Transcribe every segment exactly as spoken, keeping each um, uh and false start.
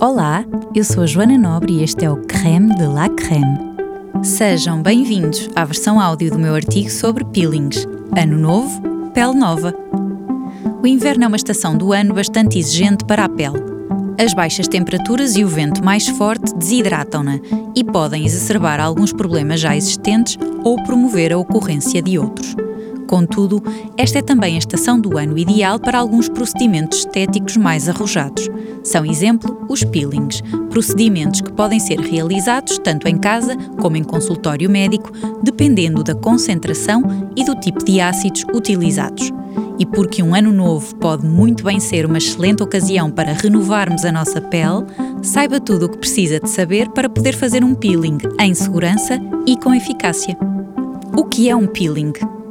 Olá, eu sou a Joana Nobre e este é o Crème de la Crème. Sejam bem-vindos à versão áudio do meu artigo sobre peelings. Ano novo, pele nova. O inverno é uma estação do ano bastante exigente para a pele. As baixas temperaturas e o vento mais forte desidratam-na e podem exacerbar alguns problemas já existentes ou promover a ocorrência de outros. Contudo, esta é também a estação do ano ideal para alguns procedimentos estéticos mais arrojados. São exemplo os peelings, procedimentos que podem ser realizados tanto em casa como em consultório médico, dependendo da concentração e do tipo de ácidos utilizados. E porque um ano novo pode muito bem ser uma excelente ocasião para renovarmos a nossa pele, saiba tudo o que precisa de saber para poder fazer um peeling em segurança e com eficácia. O que é um peeling?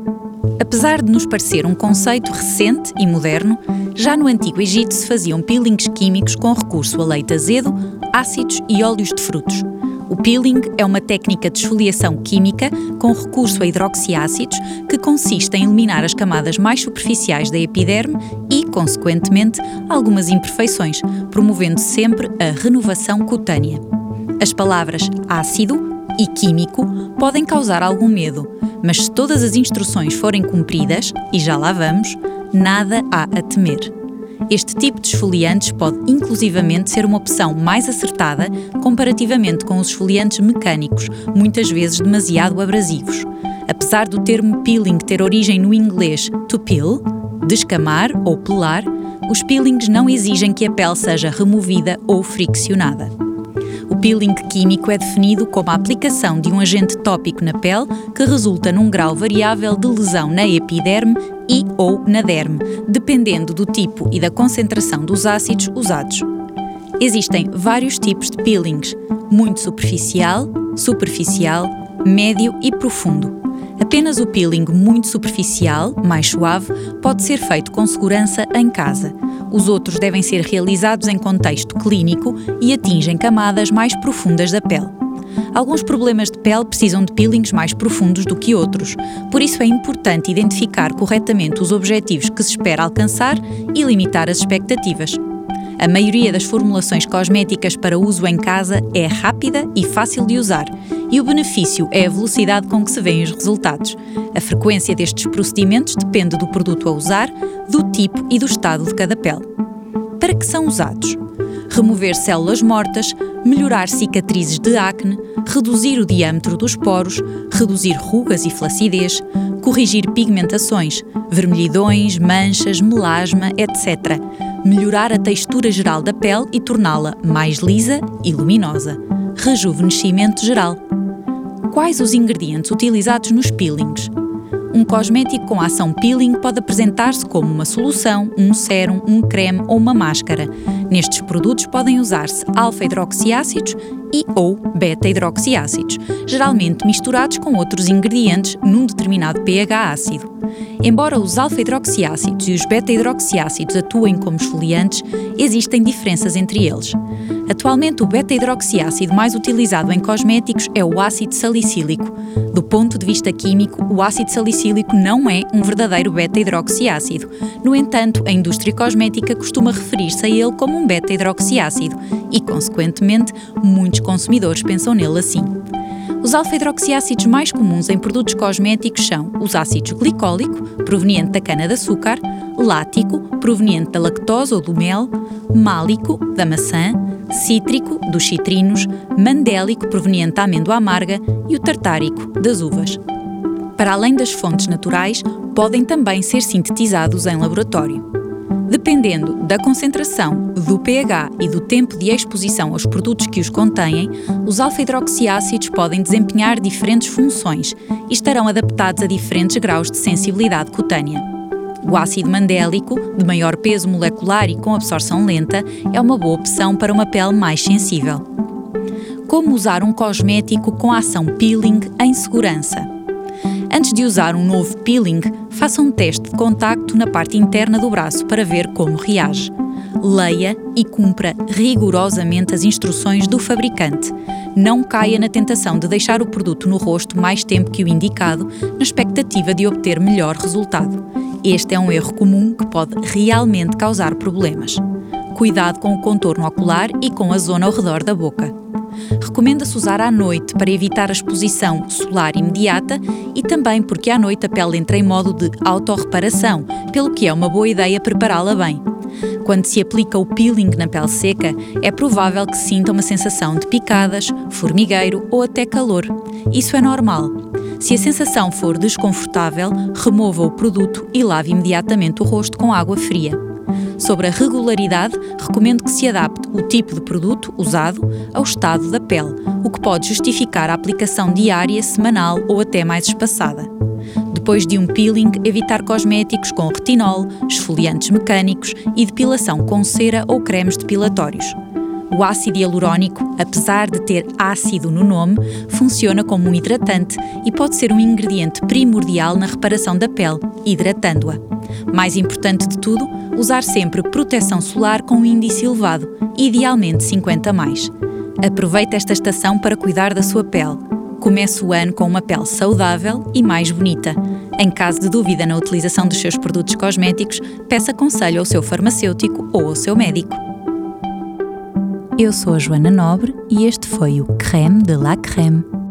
Apesar de nos parecer um conceito recente e moderno, já no Antigo Egito se faziam peelings químicos com recurso a leite azedo, ácidos e óleos de frutos. O peeling é uma técnica de esfoliação química com recurso a hidroxiácidos que consiste em eliminar as camadas mais superficiais da epiderme e, consequentemente, algumas imperfeições, promovendo sempre a renovação cutânea. As palavras ácido e químico podem causar algum medo, mas se todas as instruções forem cumpridas, e já lá vamos, nada há a temer. Este tipo de esfoliantes pode inclusivamente ser uma opção mais acertada comparativamente com os esfoliantes mecânicos, muitas vezes demasiado abrasivos. Apesar do termo peeling ter origem no inglês to peel, descamar ou pelar, os peelings não exigem que a pele seja removida ou friccionada. O peeling químico é definido como a aplicação de um agente tópico na pele que resulta num grau variável de lesão na epiderme e ou na derme, dependendo do tipo e da concentração dos ácidos usados. Existem vários tipos de peelings, muito superficial, superficial, médio e profundo. Apenas o peeling muito superficial, mais suave, pode ser feito com segurança em casa. Os outros devem ser realizados em contexto clínico e atingem camadas mais profundas da pele. Alguns problemas de pele precisam de peelings mais profundos do que outros, por isso é importante identificar corretamente os objetivos que se espera alcançar e limitar as expectativas. A maioria das formulações cosméticas para uso em casa é rápida e fácil de usar, e o benefício é a velocidade com que se vêem os resultados. A frequência destes procedimentos depende do produto a usar, do tipo e do estado de cada pele. Para que são usados? Remover células mortas, melhorar cicatrizes de acne, reduzir o diâmetro dos poros, reduzir rugas e flacidez, corrigir pigmentações, vermelhidões, manchas, melasma, etcétera. Melhorar a textura geral da pele e torná-la mais lisa e luminosa. Rejuvenescimento geral. Quais os ingredientes utilizados nos peelings? Um cosmético com ação peeling pode apresentar-se como uma solução, um sérum, um creme ou uma máscara. Nestes produtos podem usar-se alfa-hidroxiácidos e ou beta-hidroxiácidos, geralmente misturados com outros ingredientes num determinado pH ácido. Embora os alfa-hidroxiácidos e os beta-hidroxiácidos atuem como esfoliantes, existem diferenças entre eles. Atualmente, o beta-hidroxiácido mais utilizado em cosméticos é o ácido salicílico. Do ponto de vista químico, o ácido salicílico não é um verdadeiro beta-hidroxiácido. No entanto, a indústria cosmética costuma referir-se a ele como um beta-hidroxiácido e, consequentemente, muitos consumidores pensam nele assim. Os alfa-hidroxiácidos mais comuns em produtos cosméticos são os ácidos glicólico, proveniente da cana-de-açúcar, lático, proveniente da lactose ou do mel, málico, da maçã, cítrico, dos citrinos, mandélico, proveniente da amêndoa amarga e o tartárico, das uvas. Para além das fontes naturais, podem também ser sintetizados em laboratório. Dependendo da concentração, do pH e do tempo de exposição aos produtos que os contêm, os alfa-hidroxiácidos podem desempenhar diferentes funções e estarão adaptados a diferentes graus de sensibilidade cutânea. O ácido mandélico, de maior peso molecular e com absorção lenta, é uma boa opção para uma pele mais sensível. Como usar um cosmético com ação peeling em segurança? Antes de usar um novo peeling, faça um teste de contacto na parte interna do braço para ver como reage. Leia e cumpra rigorosamente as instruções do fabricante. Não caia na tentação de deixar o produto no rosto mais tempo que o indicado, na expectativa de obter melhor resultado. Este é um erro comum que pode realmente causar problemas. Cuidado com o contorno ocular e com a zona ao redor da boca. Recomenda-se usar à noite para evitar a exposição solar imediata e também porque à noite a pele entra em modo de autorreparação, pelo que é uma boa ideia prepará-la bem. Quando se aplica o peeling na pele seca, é provável que se sinta uma sensação de picadas, formigueiro ou até calor. Isso é normal. Se a sensação for desconfortável, remova o produto e lave imediatamente o rosto com água fria. Sobre a regularidade, recomendo que se adapte o tipo de produto usado ao estado da pele, o que pode justificar a aplicação diária, semanal ou até mais espaçada. Depois de um peeling, evitar cosméticos com retinol, esfoliantes mecânicos e depilação com cera ou cremes depilatórios. O ácido hialurónico, apesar de ter ácido no nome, funciona como um hidratante e pode ser um ingrediente primordial na reparação da pele, hidratando-a. Mais importante de tudo, usar sempre proteção solar com índice elevado, idealmente cinquenta mais. Aproveite esta estação para cuidar da sua pele. Comece o ano com uma pele saudável e mais bonita. Em caso de dúvida na utilização dos seus produtos cosméticos, peça conselho ao seu farmacêutico ou ao seu médico. Eu sou a Joana Nobre e este foi o Crème de la Crème.